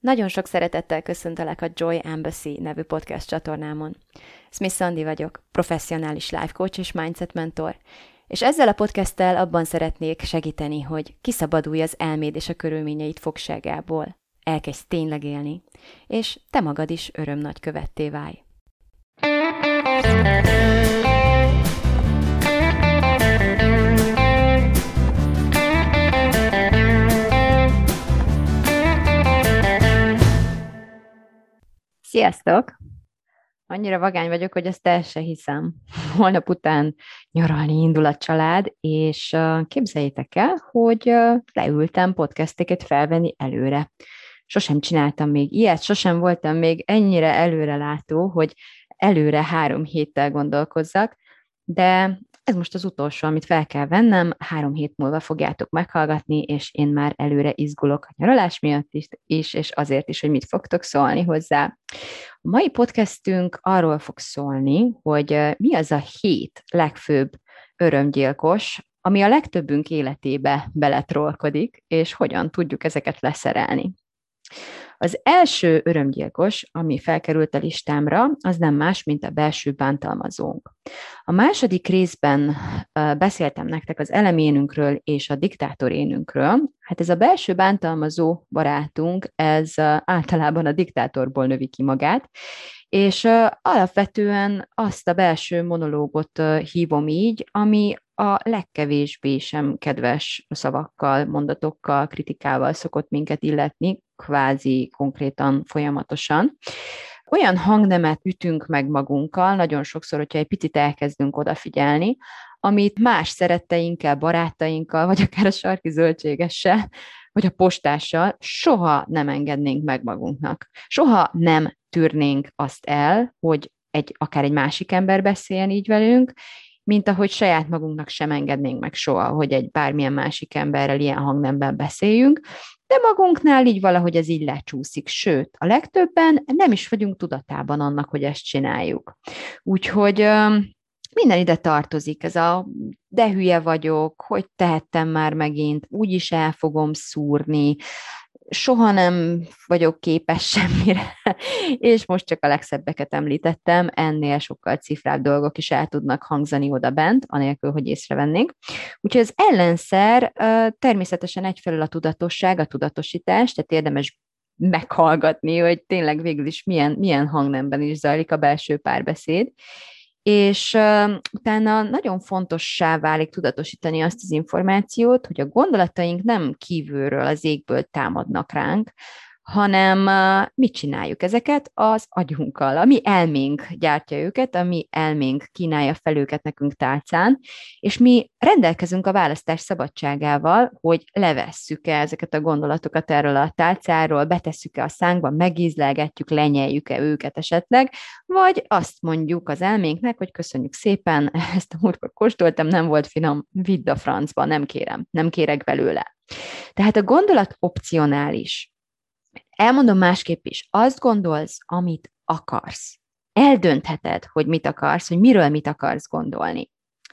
Nagyon sok szeretettel köszöntelek a Joy Embassy nevű podcast csatornámon. Smith Andi vagyok, professzionális life coach és mindset mentor, és ezzel a podcasttel abban szeretnék segíteni, hogy kiszabadulj az elméd és a körülményeid fogságából, elkezdj tényleg élni, és te magad is örömnagykövetté válj. Sziasztok! Annyira vagány vagyok, hogy ezt el se hiszem. Holnap után nyaralni indul a család, és képzeljétek el, hogy leültem podcasteket felvenni előre. Sosem csináltam még ilyet, sosem voltam még ennyire előrelátó, hogy előre 3 héttel gondolkozzak, de ez most az utolsó, amit fel kell vennem, 3 hét múlva fogjátok meghallgatni, és én már előre izgulok a nyaralás miatt is, és azért is, hogy mit fogtok szólni hozzá. A mai podcastünk arról fog szólni, hogy mi az a 7 legfőbb örömgyilkos, ami a legtöbbünk életébe beletrollkodik, és hogyan tudjuk ezeket leszerelni. Az első örömgyilkos, ami felkerült a listámra, az nem más, mint a belső bántalmazónk. A második részben beszéltem nektek az eleménünkről és a diktátorénünkről. Hát ez a belső bántalmazó barátunk, ez általában a diktátorból növi ki magát, és alapvetően azt a belső monológot hívom így, ami a legkevésbé sem kedves szavakkal, mondatokkal, kritikával szokott minket illetni, kvázi konkrétan folyamatosan. Olyan hangnemet ütünk meg magunkkal, nagyon sokszor, hogyha egy picit elkezdünk odafigyelni, amit más szeretteinkkel, barátainkkal, vagy akár a sarki zöldségessel, vagy a postással soha nem engednénk meg magunknak. Soha nem tűrnénk azt el, hogy akár egy másik ember beszéljen így velünk, mint ahogy saját magunknak sem engednénk meg soha, hogy egy bármilyen másik emberrel ilyen hangnemben beszéljünk, de magunknál így valahogy ez így lecsúszik, sőt, a legtöbben nem is vagyunk tudatában annak, hogy ezt csináljuk. Úgyhogy minden ide tartozik, ez a de hülye vagyok, hogy tehettem már megint, úgyis el fogom szúrni, soha nem vagyok képes semmire, és most csak a legszebbeket említettem, ennél sokkal cifrább dolgok is el tudnak hangzani oda bent, anélkül, hogy észrevennénk. Úgyhogy az ellenszer természetesen egyfelől a tudatosság, a tudatosítás, tehát érdemes meghallgatni, hogy tényleg végül is milyen hangnemben is zajlik a belső párbeszéd, és utána nagyon fontossá válik tudatosítani azt az információt, hogy a gondolataink nem kívülről, az égből támadnak ránk, hanem mit csináljuk ezeket az agyunkkal. A mi elménk gyártja őket, a mi elménk kínálja fel őket nekünk tálcán, és mi rendelkezünk a választás szabadságával, hogy levesszük-e ezeket a gondolatokat erről a tálcáról, betesszük-e a szánkba, megízlelgetjük, lenyeljük-e őket esetleg, vagy azt mondjuk az elménknek, hogy köszönjük szépen, ezt a múltkor kóstoltam, nem volt finom, vidd a francba, nem kérem, nem kérek belőle. Tehát a gondolat opcionális. Elmondom másképp is, azt gondolsz, amit akarsz. Eldöntheted, hogy mit akarsz, hogy miről mit akarsz gondolni.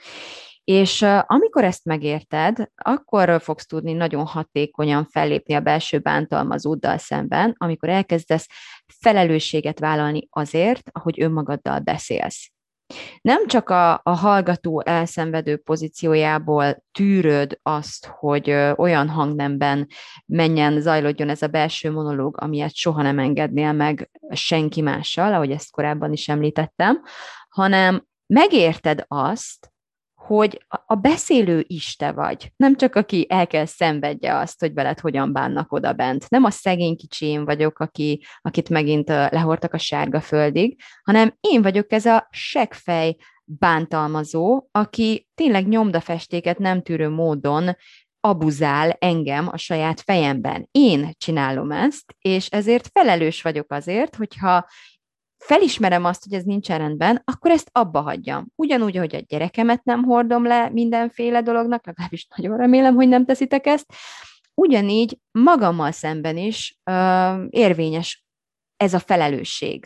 És amikor ezt megérted, akkor fogsz tudni nagyon hatékonyan fellépni a belső bántalmazóddal szemben, amikor elkezdesz felelősséget vállalni azért, ahogy önmagaddal beszélsz. Nem csak a hallgató elszenvedő pozíciójából tűröd azt, hogy olyan hangnemben zajlódjon ez a belső monológ, amilyet soha nem engednél meg senki mással, ahogy ezt korábban is említettem, hanem megérted azt, hogy a beszélő is te vagy. Nem csak aki el kell szenvedje azt, hogy veled hogyan bánnak oda bent. Nem a szegény kicsi én vagyok, akit megint lehordtak a sárga földig, hanem én vagyok ez a seggfej bántalmazó, aki tényleg nyomdafestéket nem tűrő módon abuzál engem a saját fejemben. Én csinálom ezt, és ezért felelős vagyok azért, hogyha felismerem azt, hogy ez nincsen rendben, akkor ezt abba hagyjam. Ugyanúgy, ahogy a gyerekemet nem hordom le mindenféle dolognak, legalábbis nagyon remélem, hogy nem teszitek ezt, ugyanígy magammal szemben is érvényes ez a felelősség.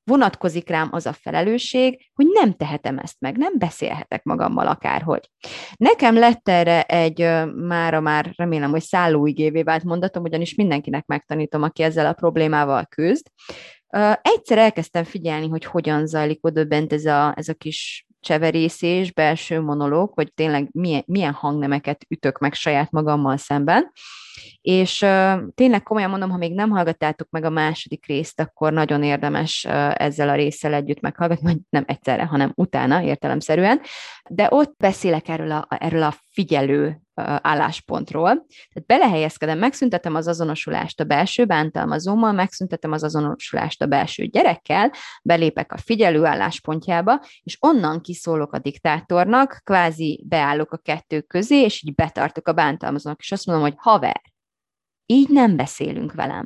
vonatkozik rám az a felelősség, hogy nem tehetem ezt meg, nem beszélhetek magammal akárhogy. Nekem lett erre egy mára már remélem, hogy szállóigévé vált mondatom, ugyanis mindenkinek megtanítom, aki ezzel a problémával küzd. Egyszer elkezdtem figyelni, hogy hogyan zajlik oda bent ez a kis cseverészés, belső monológ, hogy tényleg milyen hangnemeket ütök meg saját magammal szemben. És tényleg komolyan mondom, ha még nem hallgattátok meg a második részt, akkor nagyon érdemes ezzel a résszel együtt meghallgatni, vagy nem egyszerre, hanem utána értelemszerűen. De ott beszélek erről a figyelő álláspontról. Tehát belehelyezkedem, megszüntetem az azonosulást a belső bántalmazómmal, megszüntetem az azonosulást a belső gyerekkel, belépek a figyelő álláspontjába, és onnan kiszólok a diktátornak, kvázi beállok a kettő közé, és így betartok a bántalmazónak, és azt mondom, hogy haver, így nem beszélünk velem.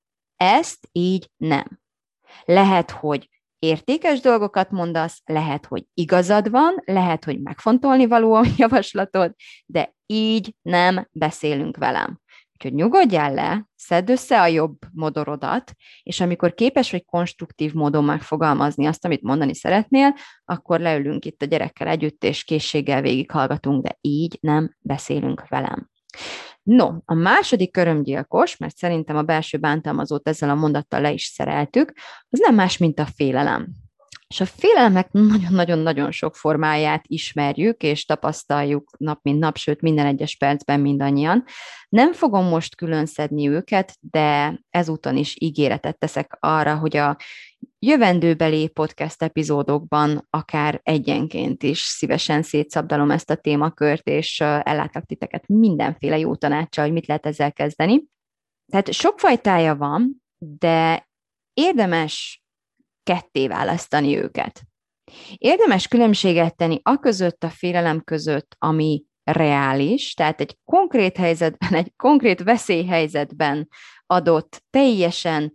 Ezt így nem. Lehet, hogy értékes dolgokat mondasz, lehet, hogy igazad van, lehet, hogy megfontolni való a javaslatod, de így nem beszélünk velem. Úgyhogy nyugodjál le, szedd össze a jobb modorodat, és amikor képes vagy konstruktív módon megfogalmazni azt, amit mondani szeretnél, akkor leülünk itt a gyerekkel együtt, és készséggel végighallgatunk, de így nem beszélünk velem. No, a második örömgyilkos, mert szerintem a belső bántalmazót ezzel a mondattal le is szereltük, az nem más, mint a félelem. És a félelmek nagyon-nagyon-nagyon sok formáját ismerjük, és tapasztaljuk nap mint nap, sőt minden egyes percben mindannyian. Nem fogom most külön szedni őket, de ezúton is ígéretet teszek arra, hogy a jövendőbeli podcast epizódokban akár egyenként is szívesen szétszabdalom ezt a témakört, és ellátlak titeket mindenféle jó tanáccsal, hogy mit lehet ezzel kezdeni. Tehát sok fajtája van, de érdemes ketté választani őket. Érdemes különbséget tenni aközött a félelem között, ami reális, tehát egy konkrét helyzetben, egy konkrét veszélyhelyzetben adott, teljesen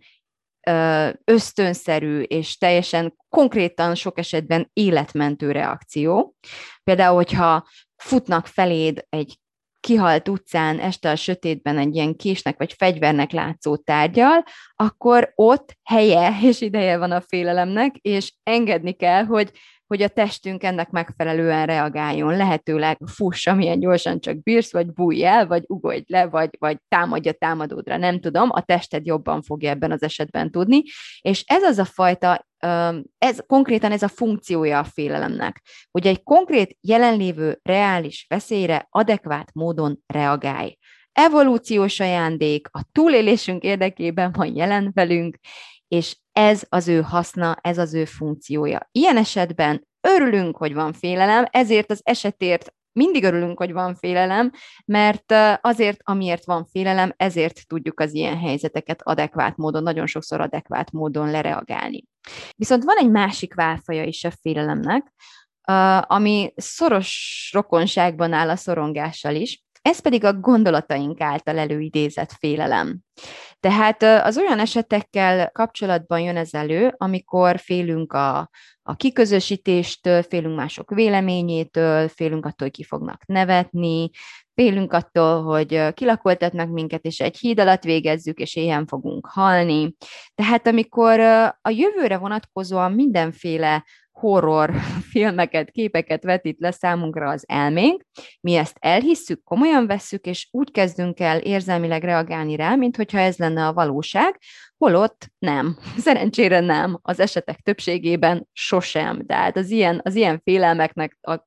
ösztönszerű és teljesen konkrétan sok esetben életmentő reakció. Például, hogyha futnak feléd egy kihalt utcán, este a sötétben egy ilyen késnek vagy fegyvernek látszó tárgyal, akkor ott helye és ideje van a félelemnek, és engedni kell, hogy a testünk ennek megfelelően reagáljon. Lehetőleg fuss, amilyen gyorsan csak bírsz, vagy bújj el, vagy ugorj le, vagy támadj a támadódra, nem tudom, a tested jobban fogja ebben az esetben tudni, és ez az a fajta, konkrétan ez a funkciója a félelemnek, hogy egy konkrét jelenlévő reális veszélyre adekvát módon reagálj. Evolúciós ajándék, a túlélésünk érdekében van jelen velünk, és ez az ő haszna, ez az ő funkciója. Ilyen esetben örülünk, hogy van félelem, ezért az esetért mindig örülünk, hogy van félelem, mert azért, amiért van félelem, ezért tudjuk az ilyen helyzeteket adekvát módon, nagyon sokszor adekvát módon lereagálni. Viszont van egy másik válfaja is a félelemnek, ami szoros rokonságban áll a szorongással is, ez pedig a gondolataink által előidézett félelem. Tehát az olyan esetekkel kapcsolatban jön ez elő, amikor félünk a kiközösítéstől, félünk mások véleményétől, félünk attól, hogy ki fognak nevetni, félünk attól, hogy kilakoltatnak minket, és egy híd alatt végezzük, és éhen fogunk halni. Tehát amikor a jövőre vonatkozóan mindenféle horror filmeket, képeket vetít le számunkra az elménk, mi ezt elhisszük, komolyan vesszük, és úgy kezdünk el érzelmileg reagálni rá, mint hogyha ez lenne a valóság, holott nem. Szerencsére nem. Az esetek többségében sosem. Tehát az ilyen félelmeknek a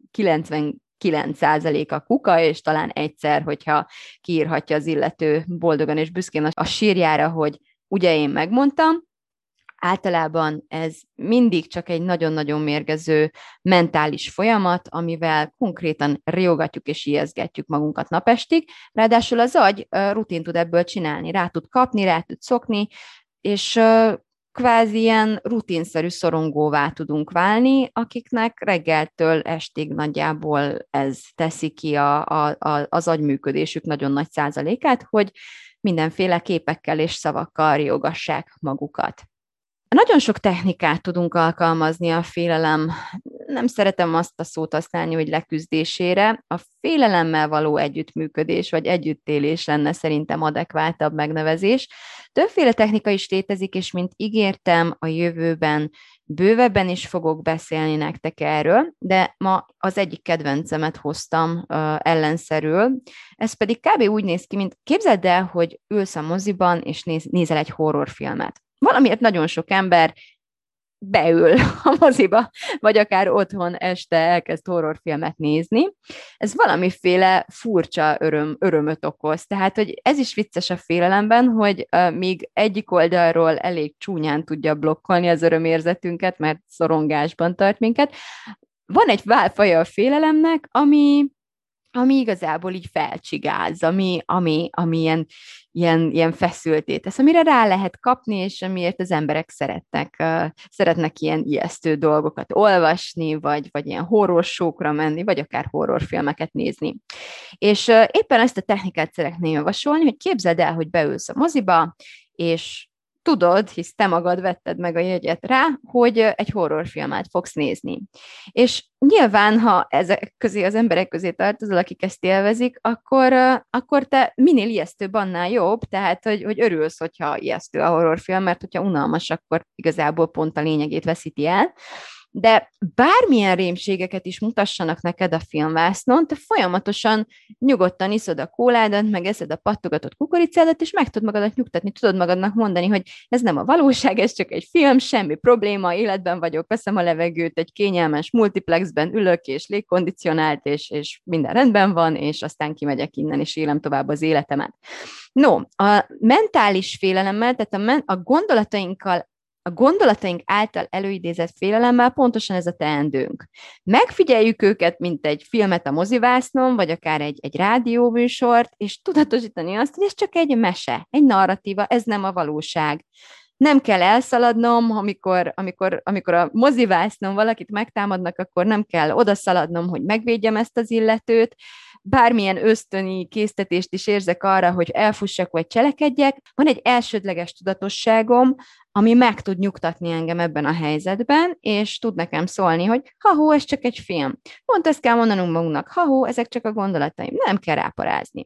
99% kuka, és talán egyszer, hogyha kiírhatja az illető boldogan és büszkén a sírjára, hogy ugye én megmondtam. Általában ez mindig csak egy nagyon-nagyon mérgező mentális folyamat, amivel konkrétan riogatjuk és ijesztgetjük magunkat napestig. Ráadásul az agy rutin tud ebből csinálni, rá tud kapni, rá tud szokni, és kvázi ilyen rutinszerű szorongóvá tudunk válni, akiknek reggeltől estig nagyjából ez teszi ki az agyműködésük nagyon nagy százalékát, hogy mindenféle képekkel és szavakkal riogassák magukat. Nagyon sok technikát tudunk alkalmazni a félelem nem szeretem azt a szót használni, hogy leküzdésére, a félelemmel való együttműködés, vagy együttélés lenne szerintem adekvátabb megnevezés. Többféle technika is létezik, és mint ígértem, a jövőben bővebben is fogok beszélni nektek erről, de ma az egyik kedvencemet hoztam ellenszerül. Ez pedig kb. Úgy néz ki, mint képzeld el, hogy ülsz a moziban, és nézel egy horrorfilmet. Valamiért nagyon sok ember beül a moziba, vagy akár otthon este elkezd horrorfilmet nézni. Ez valamiféle furcsa örömöt okoz. Tehát, hogy ez is vicces a félelemben, hogy még egyik oldalról elég csúnyán tudja blokkolni az örömérzetünket, mert szorongásban tart minket. Van egy válfaja a félelemnek, ami igazából így felcsigáz, ami ilyen feszülté tesz, amire rá lehet kapni, és amiért az emberek szeretnek ilyen ijesztő dolgokat olvasni, vagy ilyen horrorsókra menni, vagy akár horrorfilmeket nézni. És éppen ezt a technikát szeretném javasolni, hogy képzeld el, hogy beülsz a moziba, és tudod, hisz te magad vetted meg a jegyet rá, hogy egy horrorfilmet fogsz nézni. És nyilván, ha ezek közé az emberek közé tartozol, akik ezt élvezik, akkor te minél ijesztőbb, annál jobb, tehát, hogy örülsz, hogyha ijesztő a horrorfilm, mert hogyha unalmas, akkor igazából pont a lényegét veszíti el. De bármilyen rémségeket is mutassanak neked a filmvásznon, te folyamatosan nyugodtan iszod a kóládat, meg eszed a pattogatott kukoricádat, és meg tudod magadat nyugtatni, tudod magadnak mondani, hogy ez nem a valóság, ez csak egy film, semmi probléma, életben vagyok, veszem a levegőt, egy kényelmes multiplexben ülök, és légkondicionált, és minden rendben van, és aztán kimegyek innen, és élem tovább az életemet. No, a mentális félelemmel, tehát a gondolataink által előidézett félelemmel pontosan ez a teendőnk. Megfigyeljük őket, mint egy filmet a mozivásznon, vagy akár egy rádióműsort, és tudatosítani azt, hogy ez csak egy mese, egy narratíva, ez nem a valóság. Nem kell elszaladnom, amikor a mozivásznon valakit megtámadnak, akkor nem kell odaszaladnom, hogy megvédjem ezt az illetőt. Bármilyen ösztöni késztetést is érzek arra, hogy elfussak vagy cselekedjek, van egy elsődleges tudatosságom, ami meg tud nyugtatni engem ebben a helyzetben, és tud nekem szólni, hogy ha-hó, ez csak egy film. Pont ezt kell mondanunk magunknak, ha-hó, ezek csak a gondolataim, nem kell ráparázni.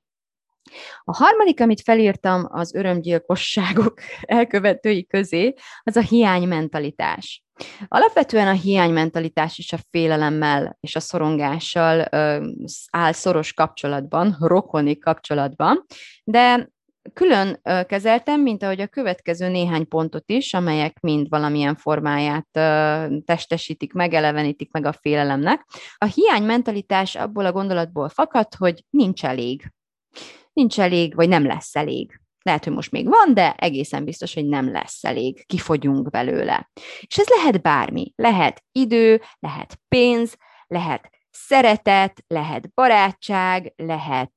A harmadik, amit felírtam az örömgyilkosságok elkövetői közé, az a hiánymentalitás. Alapvetően a hiánymentalitás is a félelemmel és a szorongással áll szoros kapcsolatban, rokoni kapcsolatban, de külön kezeltem, mint ahogy a következő néhány pontot is, amelyek mind valamilyen formáját testesítik, megelevenítik meg a félelemnek. A hiánymentalitás abból a gondolatból fakad, hogy nincs elég. Nincs elég, vagy nem lesz elég. Lehet, hogy most még van, de egészen biztos, hogy nem lesz elég. Kifogyunk belőle. És ez lehet bármi. Lehet idő, lehet pénz, lehet szeretet, lehet barátság, lehet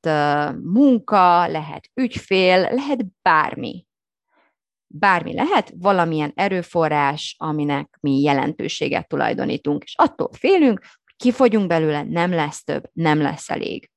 munka, lehet ügyfél, lehet bármi. Bármi lehet, valamilyen erőforrás, aminek mi jelentőséget tulajdonítunk. És attól félünk, hogy kifogyunk belőle, nem lesz több, nem lesz elég.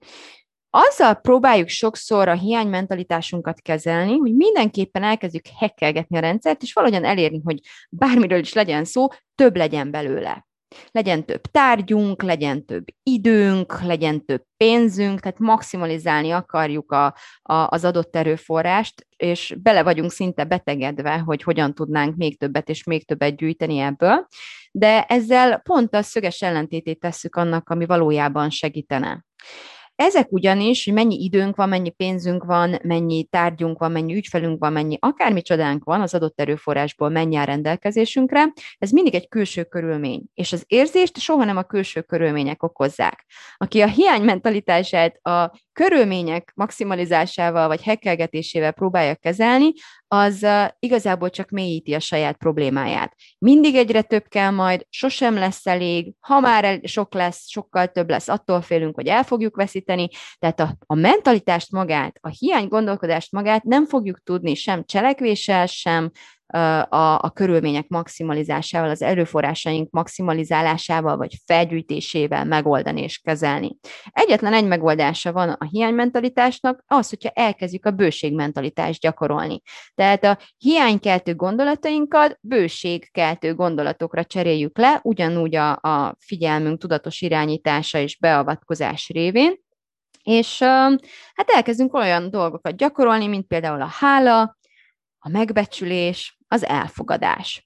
Azzal próbáljuk sokszor a hiánymentalitásunkat kezelni, hogy mindenképpen elkezdjük hekkelgetni a rendszert, és valahogyan elérni, hogy bármiről is legyen szó, több legyen belőle. Legyen több tárgyunk, legyen több időnk, legyen több pénzünk, tehát maximalizálni akarjuk az adott erőforrást, és bele vagyunk szinte betegedve, hogy hogyan tudnánk még többet és még többet gyűjteni ebből, de ezzel pont a szöges ellentétét tesszük annak, ami valójában segítene. Ezek ugyanis, hogy mennyi időnk van, mennyi pénzünk van, mennyi tárgyunk van, mennyi ügyfelünk van, mennyi akármi csodánk van az adott erőforrásból, mennyi áll rendelkezésünkre, ez mindig egy külső körülmény. És az érzést soha nem a külső körülmények okozzák. Aki a hiánymentalitását a körülmények maximalizásával vagy hekkelgetésével próbálja kezelni, az igazából csak mélyíti a saját problémáját. Mindig egyre több kell majd, sosem lesz elég, ha már sok lesz, sokkal több lesz, attól félünk, hogy el fogjuk veszíteni, tehát a mentalitást magát, a hiány gondolkodást magát nem fogjuk tudni sem cselekvéssel, sem a körülmények maximalizásával, az erőforrásaink maximalizálásával, vagy felgyűjtésével megoldani és kezelni. Egyetlen egy megoldása van a hiánymentalitásnak, az, hogyha elkezdjük a bőségmentalitást gyakorolni. Tehát a hiánykeltő gondolatainkat bőségkeltő gondolatokra cseréljük le, ugyanúgy a figyelmünk tudatos irányítása és beavatkozás révén, és hát elkezdünk olyan dolgokat gyakorolni, mint például a hála, a megbecsülés, az elfogadás.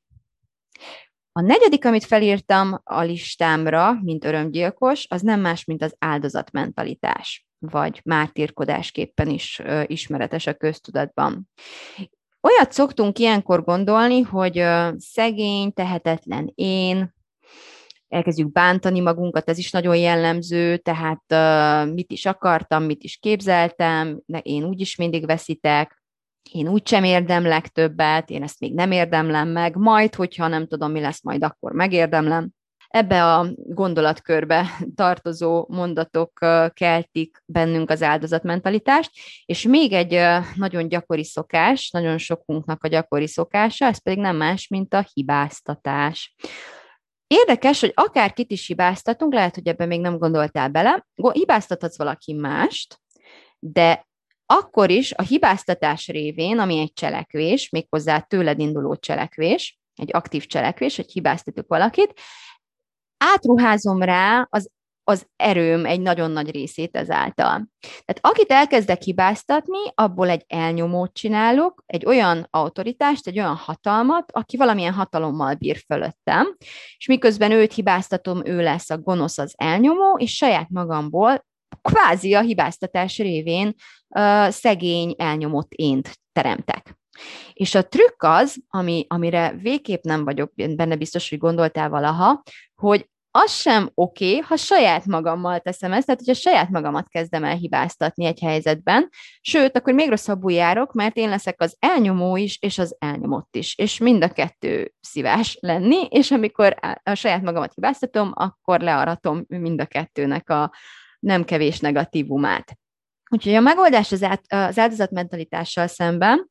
A negyedik, amit felírtam a listámra, mint örömgyilkos, az nem más, mint az áldozatmentalitás, vagy mártírkodásképpen is ismeretes a köztudatban. Olyat szoktunk ilyenkor gondolni, hogy szegény, tehetetlen én, elkezdjük bántani magunkat, ez is nagyon jellemző, tehát mit is akartam, mit is képzeltem, én úgyis mindig veszítek, én úgysem érdemlek többet, én ezt még nem érdemlem meg, majd, hogyha nem tudom, mi lesz, majd akkor megérdemlem. Ebbe a gondolatkörbe tartozó mondatok keltik bennünk az áldozatmentalitást, és még egy nagyon gyakori szokás, nagyon sokunknak a gyakori szokása, ez pedig nem más, mint a hibáztatás. Érdekes, hogy akárkit is hibáztatunk, lehet, hogy ebben még nem gondoltál bele, hibáztathatsz valaki mást, de akkor is a hibáztatás révén, ami egy cselekvés, méghozzá tőled induló cselekvés, egy aktív cselekvés, hogy hibáztatok valakit, átruházom rá az erőm egy nagyon nagy részét ezáltal. Tehát akit elkezdek hibáztatni, abból egy elnyomót csinálok, egy olyan autoritást, egy olyan hatalmat, aki valamilyen hatalommal bír fölöttem, és miközben őt hibáztatom, ő lesz a gonosz, az elnyomó, és saját magamból kvázi a hibáztatás révén szegény, elnyomott ént teremtek. És a trükk az, amire végképp nem vagyok benne biztos, hogy gondoltál valaha, hogy az sem oké, ha saját magammal teszem ezt, tehát hogyha saját magamat kezdem el hibáztatni egy helyzetben, sőt, akkor még rosszabbul járok, mert én leszek az elnyomó is, és az elnyomott is, és mind a kettő szívás lenni, és amikor a saját magamat hibáztatom, akkor learatom mind a kettőnek a nem kevés negatívumát. Úgyhogy a megoldás az áldozatmentalitással szemben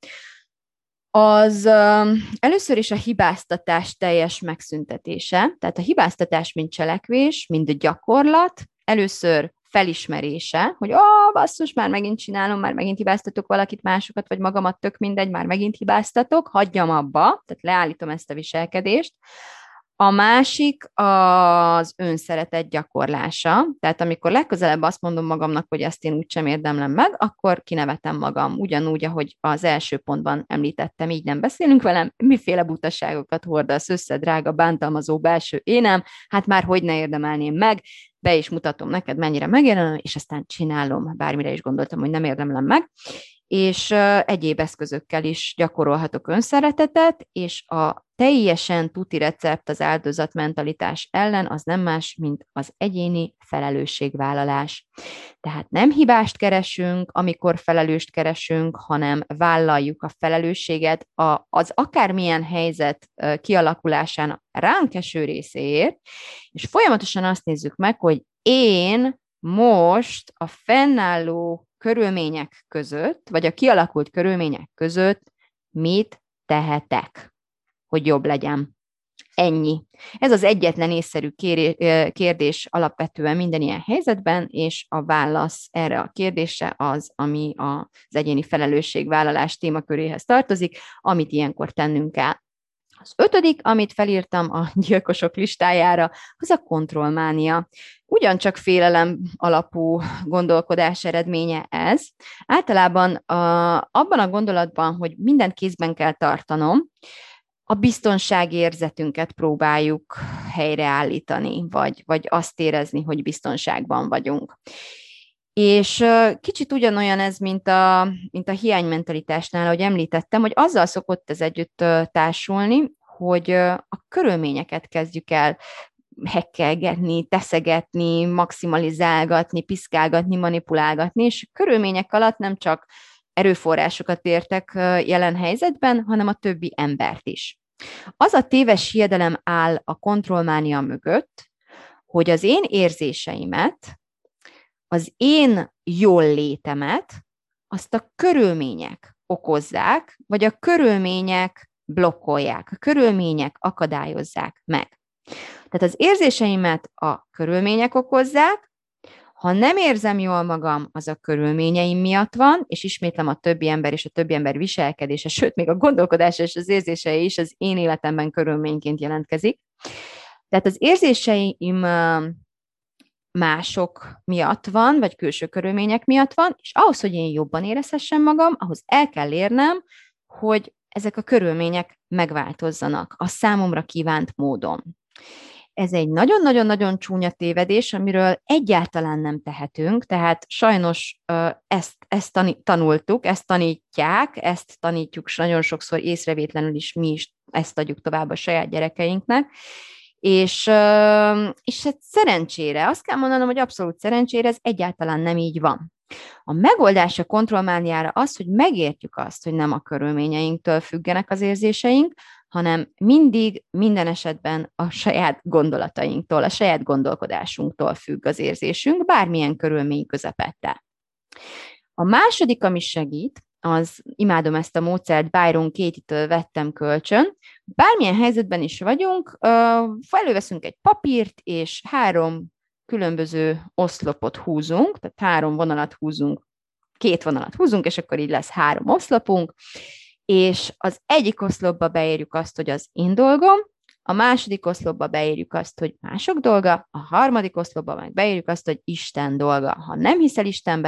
az először is a hibáztatás teljes megszüntetése, tehát a hibáztatás mint cselekvés, mint gyakorlat, először felismerése, hogy basszus, már megint csinálom, már megint hibáztatok valakit, másokat, vagy magamat, tök mindegy, már megint hibáztatok, hagyjam abba, tehát leállítom ezt a viselkedést. A másik az önszeretet gyakorlása, tehát amikor legközelebb azt mondom magamnak, hogy ezt én úgysem érdemlem meg, akkor kinevetem magam. Ugyanúgy, ahogy az első pontban említettem, így nem beszélünk velem, miféle butaságokat hordasz össze, drága bántalmazó belső énem, hát már hogy ne érdemelném meg, be is mutatom neked, mennyire megérdemlem, és aztán csinálom, bármire is gondoltam, hogy nem érdemlem meg, és egyéb eszközökkel is gyakorolhatok önszeretetet, és a teljesen tuti recept az áldozatmentalitás ellen az nem más, mint az egyéni felelősségvállalás. Tehát nem hibást keresünk, amikor felelőst keresünk, hanem vállaljuk a felelősséget az akármilyen helyzet kialakulásának ránk eső részéért, és folyamatosan azt nézzük meg, hogy én most a fennálló körülmények között, vagy a kialakult körülmények között mit tehetek, hogy jobb legyen. Ennyi. Ez az egyetlen észszerű kérdés alapvetően minden ilyen helyzetben, és a válasz erre a kérdésre az, ami az egyéni felelősségvállalás témaköréhez tartozik, amit ilyenkor tennünk kell. Az ötödik, amit felírtam a gyilkosok listájára, az a kontrollmánia. Ugyancsak félelem alapú gondolkodás eredménye ez. Általában abban a gondolatban, hogy mindent kézben kell tartanom, a biztonságérzetünket próbáljuk helyreállítani, vagy azt érezni, hogy biztonságban vagyunk. És kicsit ugyanolyan ez, mint a hiánymentalitásnál, ahogy említettem, hogy azzal szokott ez együtt társulni, hogy a körülményeket kezdjük el hekkelgetni, teszegetni, maximalizálgatni, piszkálgatni, manipulálgatni, és körülmények alatt nem csak erőforrásokat értek jelen helyzetben, hanem a többi embert is. Az a téves hiedelem áll a kontrollmánia mögött, hogy az én érzéseimet, az én jól létemet, azt a körülmények okozzák, vagy a körülmények blokkolják, a körülmények akadályozzák meg. Tehát az érzéseimet a körülmények okozzák, ha nem érzem jól magam, az a körülményeim miatt van, és ismétlem a többi ember és a többi ember viselkedése, sőt, még a gondolkodása és az érzései is az én életemben körülményként jelentkezik. Tehát az érzéseim mások miatt van, vagy külső körülmények miatt van, és ahhoz, hogy én jobban érezhessem magam, ahhoz el kell érnem, hogy ezek a körülmények megváltozzanak a számomra kívánt módon. Ez egy nagyon-nagyon-nagyon csúnya tévedés, amiről egyáltalán nem tehetünk, tehát sajnos ezt tanultuk, ezt tanítják, ezt tanítjuk nagyon sokszor észrevétlenül is, mi is ezt adjuk tovább a saját gyerekeinknek, és hát szerencsére, azt kell mondanom, hogy abszolút szerencsére ez egyáltalán nem így van. A megoldás a kontrollmániára az, hogy megértjük azt, hogy nem a körülményeinktől függenek az érzéseink, hanem mindig, minden esetben a saját gondolatainktól, a saját gondolkodásunktól függ az érzésünk, bármilyen körülmény közepette. A második, ami segít, az imádom ezt a módszert, Byron Katie-től vettem kölcsön. Bármilyen helyzetben is vagyunk, előveszünk egy papírt, és 3 különböző oszlopot húzunk, tehát 2 vonalat húzunk, és akkor így lesz 3 oszlopunk, és az egyik oszlopba beírjuk azt, hogy az én dolgom, a második oszlopba beírjuk azt, hogy mások dolga, a harmadik oszlopba meg beírjuk azt, hogy Isten dolga. Ha nem hiszel Istenbe,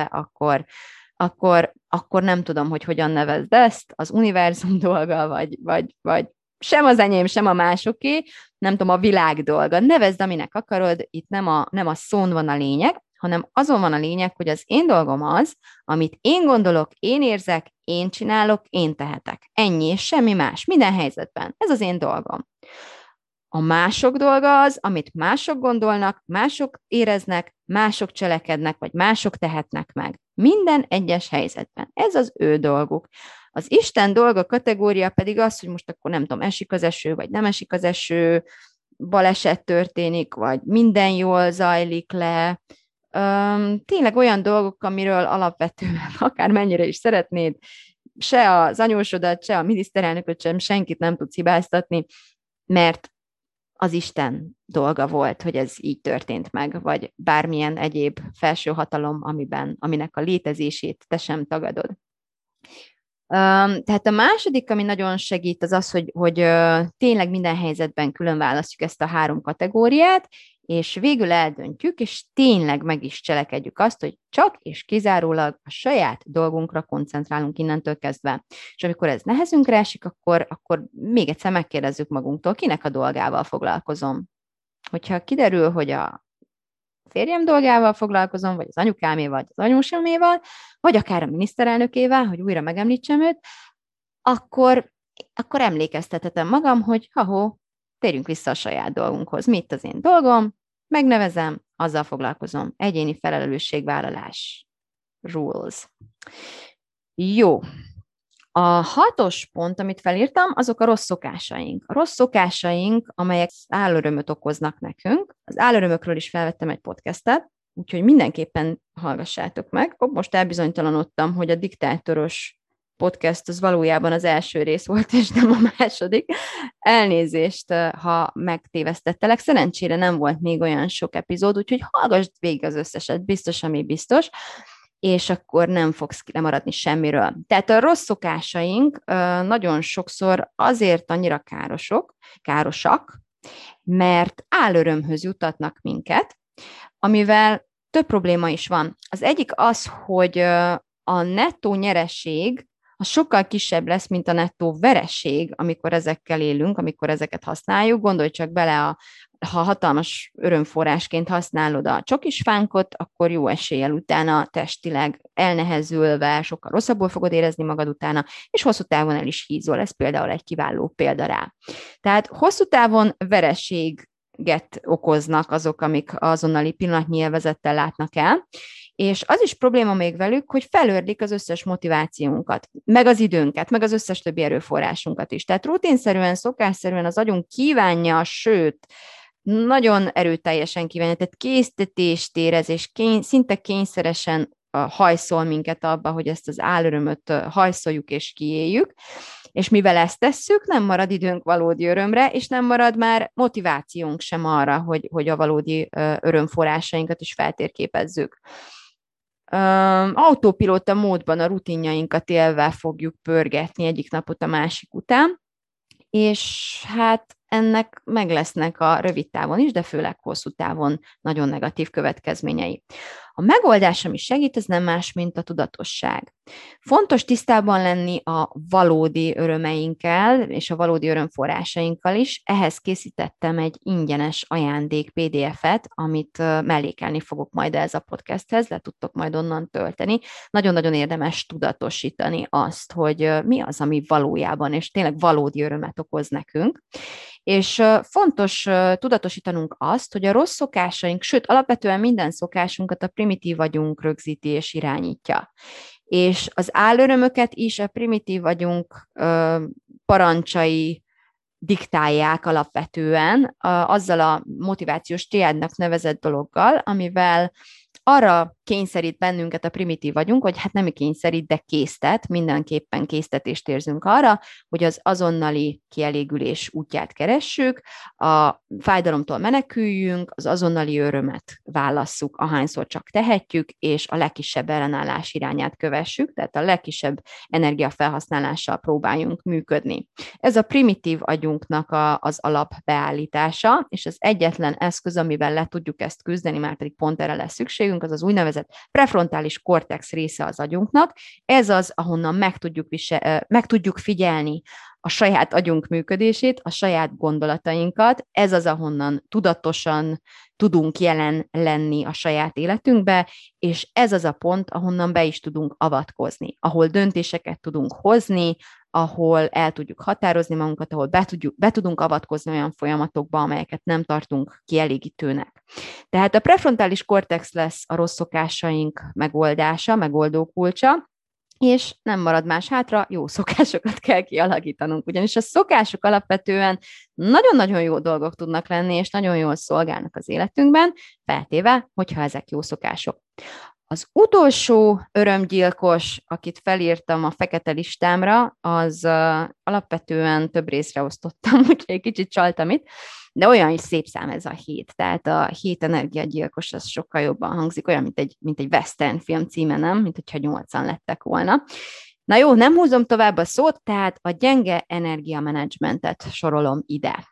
akkor nem tudom, hogy hogyan nevezd ezt, az univerzum dolga, vagy sem az enyém, sem a másoké, nem tudom, a világ dolga. Nevezd, aminek akarod, itt nem a szón van a lényeg, hanem azon van a lényeg, hogy az én dolgom az, amit én gondolok, én érzek, én csinálok, én tehetek. Ennyi, és semmi más, minden helyzetben. Ez az én dolgom. A mások dolga az, amit mások gondolnak, mások éreznek, mások cselekednek, vagy mások tehetnek meg. Minden egyes helyzetben. Ez az ő dolguk. Az Isten dolga kategória pedig az, hogy most akkor nem tudom, esik az eső, vagy nem esik az eső, baleset történik, vagy minden jól zajlik le. Tényleg olyan dolgok, amiről alapvetően akár mennyire is szeretnéd, se az anyósodat, se a miniszterelnököt sem senkit nem tudsz hibáztatni, mert az Isten dolga volt, hogy ez így történt meg, vagy bármilyen egyéb felső hatalom, aminek a létezését te sem tagadod. Tehát a második, ami nagyon segít, az az, hogy tényleg minden helyzetben külön választjuk ezt a 3 kategóriát, és végül eldöntjük, és tényleg meg is cselekedjük azt, hogy csak és kizárólag a saját dolgunkra koncentrálunk innentől kezdve. És amikor ez nehezünkre esik, akkor még egyszer megkérdezzük magunktól, kinek a dolgával foglalkozom. Hogyha kiderül, hogy a férjem dolgával foglalkozom, vagy az anyukáméval, vagy az anyósoméval, vagy akár a miniszterelnökével, hogy újra megemlítsem őt, akkor emlékeztethetem magam, hogy térjünk vissza a saját dolgunkhoz. Mi itt az én dolgom? Megnevezem, azzal foglalkozom. Egyéni felelősségvállalás. Rules. Jó. A 6. pont, amit felírtam, azok a rossz szokásaink. A rossz szokásaink, amelyek álörömöt okoznak nekünk. Az álörömökről is felvettem egy podcastet, úgyhogy mindenképpen hallgassátok meg. Most elbizonytalanodtam, hogy a diktátoros podcast az valójában az első rész volt, és nem a második. Elnézést, ha megtévesztettelek. Szerencsére nem volt még olyan sok epizód, úgyhogy hallgassd végig az összeset, biztos, ami biztos, és akkor nem fogsz lemaradni semmiről. Tehát a rossz szokásaink nagyon sokszor azért annyira károsak, mert álörömhöz jutatnak minket, amivel több probléma is van. Az egyik az, hogy a nettó nyereség az sokkal kisebb lesz, mint a nettó vereség, amikor ezekkel élünk, amikor ezeket használjuk. Gondolj csak bele, ha hatalmas örömforrásként használod a csokisfánkot, akkor jó eséllyel utána testileg elnehezülve, sokkal rosszabbul fogod érezni magad utána, és hosszú távon el is hízol. Ez például egy kiváló példa rá. Tehát hosszú távon vereséget okoznak azok, amik azonnali pillanatnyi élvezettel látnak el, és az is probléma még velük, hogy felőrlik az összes motivációnkat, meg az időnket, meg az összes többi erőforrásunkat is. Tehát rutinszerűen, szokásszerűen az agyunk kívánja, sőt, nagyon erőteljesen kívánja, tehát késztetést érez, és szinte kényszeresen hajszol minket abba, hogy ezt az álörömöt hajszoljuk és kiéljük, És mivel ezt tesszük, nem marad időnk valódi örömre, és nem marad már motivációnk sem arra, hogy a valódi örömforrásainkat is feltérképezzük. Autópilóta módban a rutinjainkat élve fogjuk pörgetni egyik napot a másik után, és hát ennek meg lesznek a rövid távon is, de főleg hosszú távon nagyon negatív következményei. A megoldás, ami segít, ez nem más, mint a tudatosság. Fontos tisztában lenni a valódi örömeinkkel és a valódi örömforrásainkkal is. Ehhez készítettem egy ingyenes ajándék PDF-et, amit mellékelni fogok majd ez a podcasthez, le tudtok majd onnan tölteni. Nagyon-nagyon érdemes tudatosítani azt, hogy mi az, ami valójában és tényleg valódi örömet okoz nekünk. És fontos tudatosítanunk azt, hogy a rossz szokásaink, sőt, alapvetően minden szokásunkat a primitív agyunk rögzíti és irányítja. És az álörömöket is a primitív agyunk parancsai diktálják alapvetően azzal a motivációs triádnak nevezett dologgal, amivel arra kényszerít bennünket a primitív agyunk, hogy hát nem kényszerít, de késztet, mindenképpen késztetést érzünk arra, hogy az azonnali kielégülés útját keressük, a fájdalomtól meneküljünk, az azonnali örömet válasszuk, ahányszor csak tehetjük, és a legkisebb ellenállás irányát kövessük, tehát a legkisebb energiafelhasználással próbáljunk működni. Ez a primitív agyunknak az alapbeállítása, és az egyetlen eszköz, amivel le tudjuk ezt küzdeni, már pedig pont erre lesz szükségünk, az úgynevezett prefrontális kortex része az agyunknak. Ez az, ahonnan meg tudjuk figyelni a saját agyunk működését, a saját gondolatainkat. Ez az, ahonnan tudatosan tudunk jelen lenni a saját életünkbe, és ez az a pont, ahonnan be is tudunk avatkozni, ahol döntéseket tudunk hozni, ahol el tudjuk határozni magunkat, ahol be tudunk avatkozni olyan folyamatokba, amelyeket nem tartunk kielégítőnek. Tehát a prefrontális kortex lesz a rossz szokásaink megoldása, megoldókulcsa, és nem marad más hátra, jó szokásokat kell kialakítanunk, ugyanis a szokások alapvetően nagyon-nagyon jó dolgok tudnak lenni, és nagyon jól szolgálnak az életünkben, feltéve, hogyha ezek jó szokások. Az utolsó örömgyilkos, akit felírtam a fekete listámra, az alapvetően több részre osztottam, úgyhogy egy kicsit csaltam itt, de olyan is szép szám ez a 7. Tehát a 7 energiagyilkos az sokkal jobban hangzik, olyan, mint egy western film címe, nem? Mint hogyha 8-an lettek volna. Na jó, nem húzom tovább a szót, tehát a gyenge energiamenedzsmentet sorolom ide.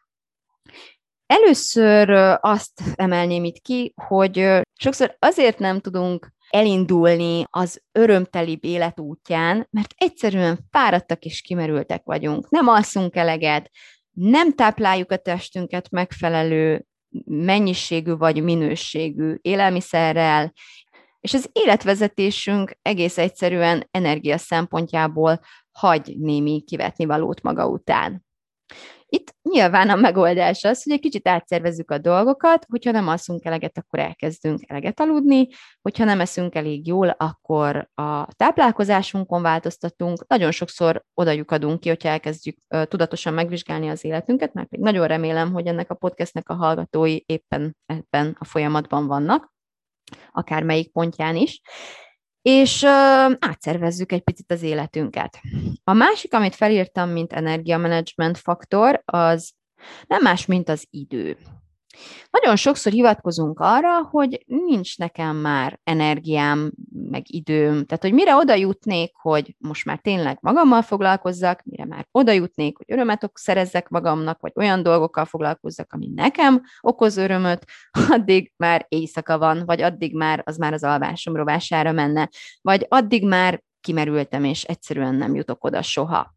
Először azt emelném itt ki, hogy sokszor azért nem tudunk elindulni az örömtelibb élet útján, mert egyszerűen fáradtak és kimerültek vagyunk. Nem alszunk eleget, nem tápláljuk a testünket megfelelő mennyiségű vagy minőségű élelmiszerrel, és az életvezetésünk egész egyszerűen energia szempontjából hagy némi kivetnivalót maga után. Itt nyilván a megoldás az, hogy egy kicsit átszervezzük a dolgokat, hogyha nem alszunk eleget, akkor elkezdünk eleget aludni, hogyha nem eszünk elég jól, akkor a táplálkozásunkon változtatunk. Nagyon sokszor oda lyukadunk ki, hogyha elkezdjük tudatosan megvizsgálni az életünket, mert nagyon remélem, hogy ennek a podcastnek a hallgatói éppen ebben a folyamatban vannak, akármelyik pontján is, és átszervezzük egy picit az életünket. A másik, amit felírtam, mint energiamanagement faktor, az nem más, mint az idő. Nagyon sokszor hivatkozunk arra, hogy nincs nekem már energiám, meg időm, tehát hogy mire oda jutnék, hogy most már tényleg magammal foglalkozzak, mire már oda jutnék, hogy örömet szerezzek magamnak, vagy olyan dolgokkal foglalkozzak, ami nekem okoz örömöt, addig már éjszaka van, vagy addig már az alvásom rovására menne, vagy addig már kimerültem, és egyszerűen nem jutok oda soha.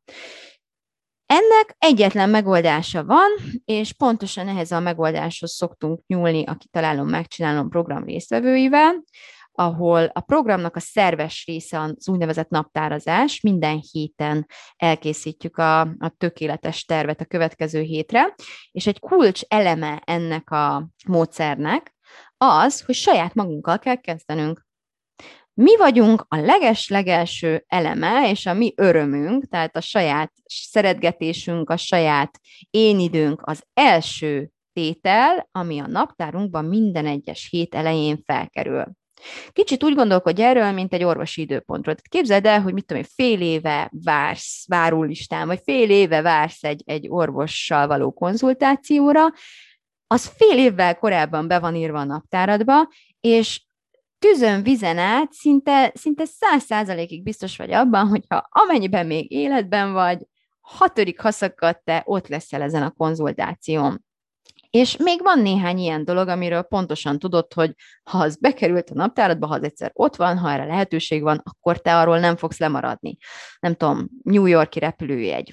Ennek egyetlen megoldása van, és pontosan ehhez a megoldáshoz szoktunk nyúlni a Kitalálom, Megcsinálom program résztvevőivel, ahol a programnak a szerves része az úgynevezett naptárazás, minden héten elkészítjük a tökéletes tervet a következő hétre, és egy kulcs eleme ennek a módszernek az, hogy saját magunkkal kell kezdenünk. Mi vagyunk a leges-legelső eleme, és a mi örömünk, tehát a saját szeretgetésünk, a saját én időnk az első tétel, ami a naptárunkban minden egyes hét elején felkerül. Kicsit úgy gondolkodj erről, mint egy orvosi időpontról. Tehát képzeld el, hogy mit tudom én, fél éve vársz várólistán, vagy fél éve vársz egy orvossal való konzultációra, az fél évvel korábban be van írva a naptáradba, és tűzön, vizen át szinte 100%-ig biztos vagy abban, hogyha amennyiben még életben vagy, hatodik haszakad te ott leszel ezen a konzultáción. És még van néhány ilyen dolog, amiről pontosan tudod, hogy ha az bekerült a naptáradba, ha az egyszer ott van, ha erre lehetőség van, akkor te arról nem fogsz lemaradni. Nem tudom, New York-i repülőjegy,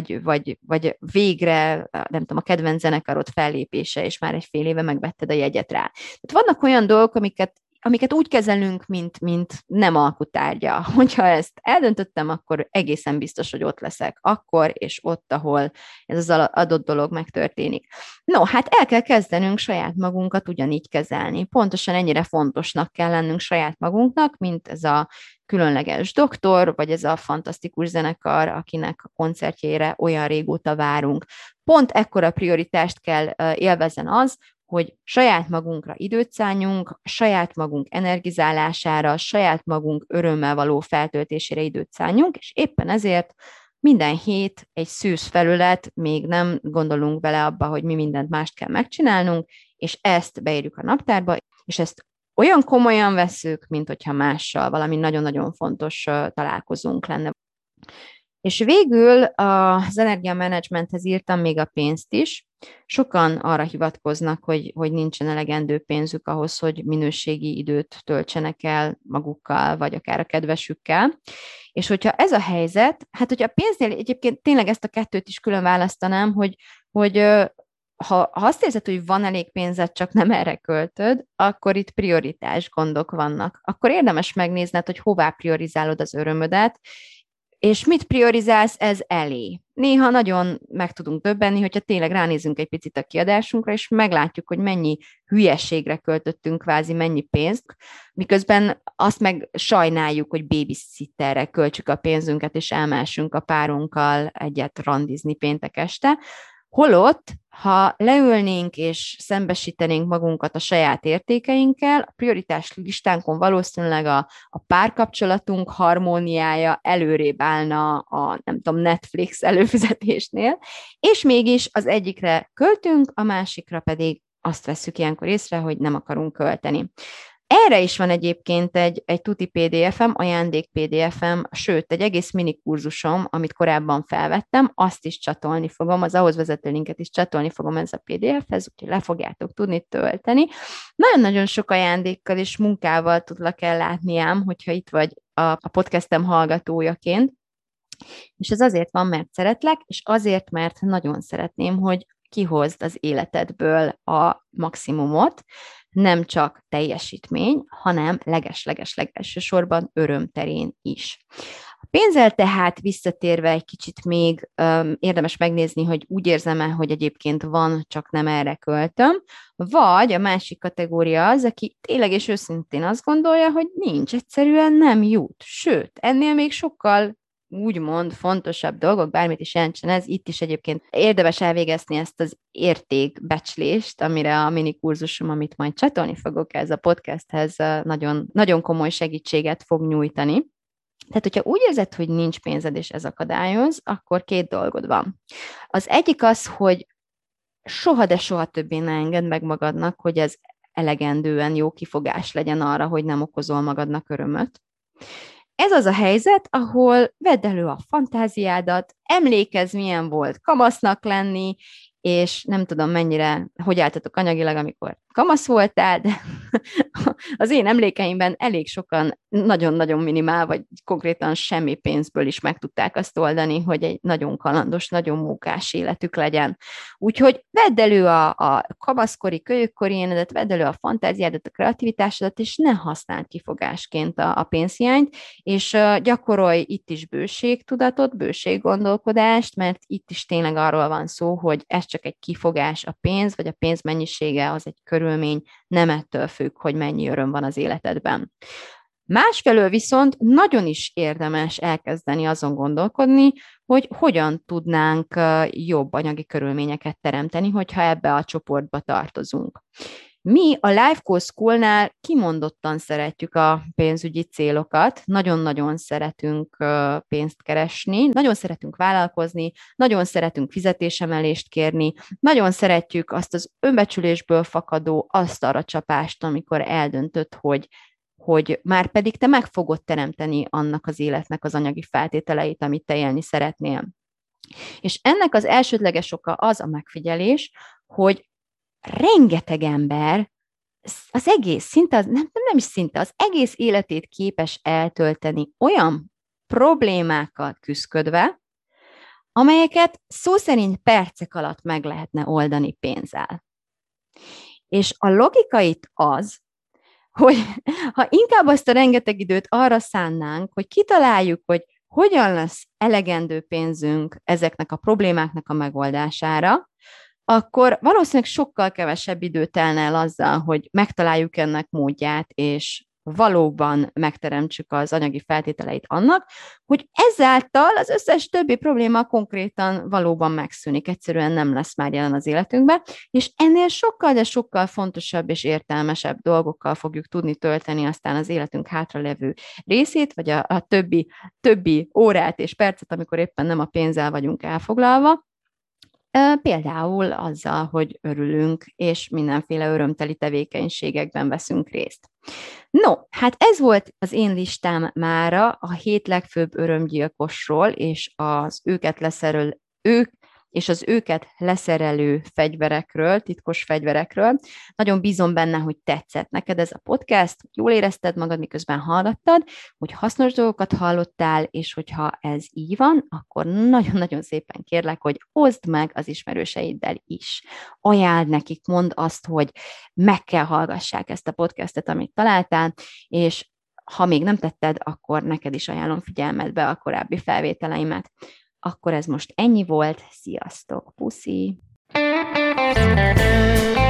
vagy végre, nem tudom, a kedvenc zenekarod fellépése, és már egy fél éve megvetted a jegyet rá. Tehát vannak olyan dolgok, amiket úgy kezelünk, mint nem alkutárgya. Hogyha ezt eldöntöttem, akkor egészen biztos, hogy ott leszek. Akkor és ott, ahol ez az adott dolog megtörténik. No, hát el kell kezdenünk saját magunkat ugyanígy kezelni. Pontosan ennyire fontosnak kell lennünk saját magunknak, mint ez a különleges doktor, vagy ez a fantasztikus zenekar, akinek a koncertjére olyan régóta várunk. Pont ekkora prioritást kell élvezzen az, hogy saját magunkra időt szálljunk, saját magunk energizálására, saját magunk örömmel való feltöltésére időt szálljunk, és éppen ezért minden hét egy szűz felület, még nem gondolunk bele abba, hogy mi mindent mást kell megcsinálnunk, és ezt beírjuk a naptárba, és ezt olyan komolyan vesszük, mint hogyha mással valami nagyon-nagyon fontos találkozunk lenne. És végül az energiamenedzsmenthez írtam még a pénzt is. Sokan arra hivatkoznak, hogy nincsen elegendő pénzük ahhoz, hogy minőségi időt töltsenek el magukkal, vagy akár a kedvesükkel. És hogyha ez a helyzet, hát hogyha a pénznél egyébként tényleg ezt a kettőt is külön választanám, hogy ha azt érzed, hogy van elég pénzed, csak nem erre költöd, akkor itt prioritás gondok vannak. Akkor érdemes megnézned, hogy hová priorizálod az örömödet, és mit priorizálsz ez elé? Néha nagyon meg tudunk döbbenni, hogyha tényleg ránézünk egy picit a kiadásunkra, és meglátjuk, hogy mennyi hülyeségre költöttünk kvázi mennyi pénzt, miközben azt meg sajnáljuk, hogy babysitterre költsük a pénzünket, és elmásunk a párunkkal egyet randizni péntek este. Holott, ha leülnénk és szembesítenénk magunkat a saját értékeinkkel, a prioritás listánkon valószínűleg a párkapcsolatunk harmóniája előrébb állna a, nem tudom, Netflix előfizetésnél, és mégis az egyikre költünk, a másikra pedig azt vesszük ilyenkor észre, hogy nem akarunk költeni. Erre is van egyébként egy tuti PDF-em, ajándék PDF-em, sőt, egy egész mini kurzusom, amit korábban felvettem, azt is csatolni fogom, az ahhoz vezető linket is csatolni fogom ez a PDF-hez, úgyhogy le fogjátok tudni tölteni. Nagyon-nagyon sok ajándékkal és munkával tudlak ellátni ám, hogyha itt vagy a podcastem hallgatójaként, és ez azért van, mert szeretlek, és azért, mert nagyon szeretném, hogy kihozd az életedből a maximumot, nem csak teljesítmény, hanem leges-leges-legelső sorban öröm terén is. A pénzzel tehát visszatérve egy kicsit még érdemes megnézni, hogy úgy érzem-e, hogy egyébként van, csak nem erre költöm, vagy a másik kategória az, aki tényleg és őszintén azt gondolja, hogy nincs, egyszerűen nem jut. Sőt, ennél még sokkal úgymond fontosabb dolgok, bármit is jelentsen ez, itt is egyébként érdemes elvégezni ezt az értékbecslést, amire a minikurzusom, amit majd csatolni fogok ez a podcasthez, nagyon, nagyon komoly segítséget fog nyújtani. Tehát, hogyha úgy érzed, hogy nincs pénzed és ez akadályoz, akkor két dolgod van. Az egyik az, hogy soha, de soha többé ne engedd meg magadnak, hogy ez elegendően jó kifogás legyen arra, hogy nem okozol magadnak örömöt. Ez az a helyzet, ahol vedd elő a fantáziádat, emlékezz, milyen volt kamasznak lenni, és nem tudom mennyire, hogy álltatok anyagilag, amikor kamasz voltál, de az én emlékeimben elég sokan nagyon-nagyon minimál, vagy konkrétan semmi pénzből is meg tudták azt oldani, hogy egy nagyon kalandos, nagyon mókás életük legyen. Úgyhogy vedd elő a kamaszkori, kölyökkori énedet, vedd elő a fantáziádat, a kreativitásodat, és ne használd kifogásként a pénzhiányt, és gyakorolj itt is bőségtudatot, bőséggondolkodást, mert itt is tényleg arról van szó, hogy ez csak egy kifogás, a pénz, vagy a pénz mennyisége az egy körülmény, nem ettől függ, hogy mennyi öröm van az életedben. Másfelől viszont nagyon is érdemes elkezdeni azon gondolkodni, hogy hogyan tudnánk jobb anyagi körülményeket teremteni, hogyha ebbe a csoportba tartozunk. Mi a Life Coach School-nál kimondottan szeretjük a pénzügyi célokat, nagyon-nagyon szeretünk pénzt keresni, nagyon szeretünk vállalkozni, nagyon szeretünk fizetésemelést kérni, nagyon szeretjük azt az önbecsülésből fakadó asztalra csapást, amikor eldöntött, hogy már pedig te meg fogod teremteni annak az életnek az anyagi feltételeit, amit te élni szeretnél. És ennek az elsődleges oka az a megfigyelés, hogy rengeteg ember az egész, szinte, nem is szinte, az egész életét képes eltölteni olyan problémákkal küszködve, amelyeket szó szerint percek alatt meg lehetne oldani pénzzel. És a logika itt az, hogy ha inkább azt a rengeteg időt arra szánnánk, hogy kitaláljuk, hogy hogyan lesz elegendő pénzünk ezeknek a problémáknak a megoldására, akkor valószínűleg sokkal kevesebb idő telne el azzal, hogy megtaláljuk ennek módját, és valóban megteremtsük az anyagi feltételeit annak, hogy ezáltal az összes többi probléma konkrétan valóban megszűnik, egyszerűen nem lesz már jelen az életünkben, és ennél sokkal, de sokkal fontosabb és értelmesebb dolgokkal fogjuk tudni tölteni aztán az életünk hátralevő részét, vagy a többi órát és percet, amikor éppen nem a pénzzel vagyunk elfoglalva, például azzal, hogy örülünk, és mindenféle örömteli tevékenységekben veszünk részt. No, hát ez volt az én listám mára a 7 legfőbb örömgyilkosról, és az őket leszerelő fegyverekről, titkos fegyverekről. Nagyon bízom benne, hogy tetszett neked ez a podcast, hogy jól érezted magad, miközben hallgattad, hogy hasznos dolgokat hallottál, és hogyha ez így van, akkor nagyon-nagyon szépen kérlek, hogy oszd meg az ismerőseiddel is. Ajánld nekik, mondd azt, hogy meg kell hallgassák ezt a podcastet, amit találtál, és ha még nem tetted, akkor neked is ajánlom figyelmetbe a korábbi felvételeimet. Akkor ez most ennyi volt. Sziasztok, puszi!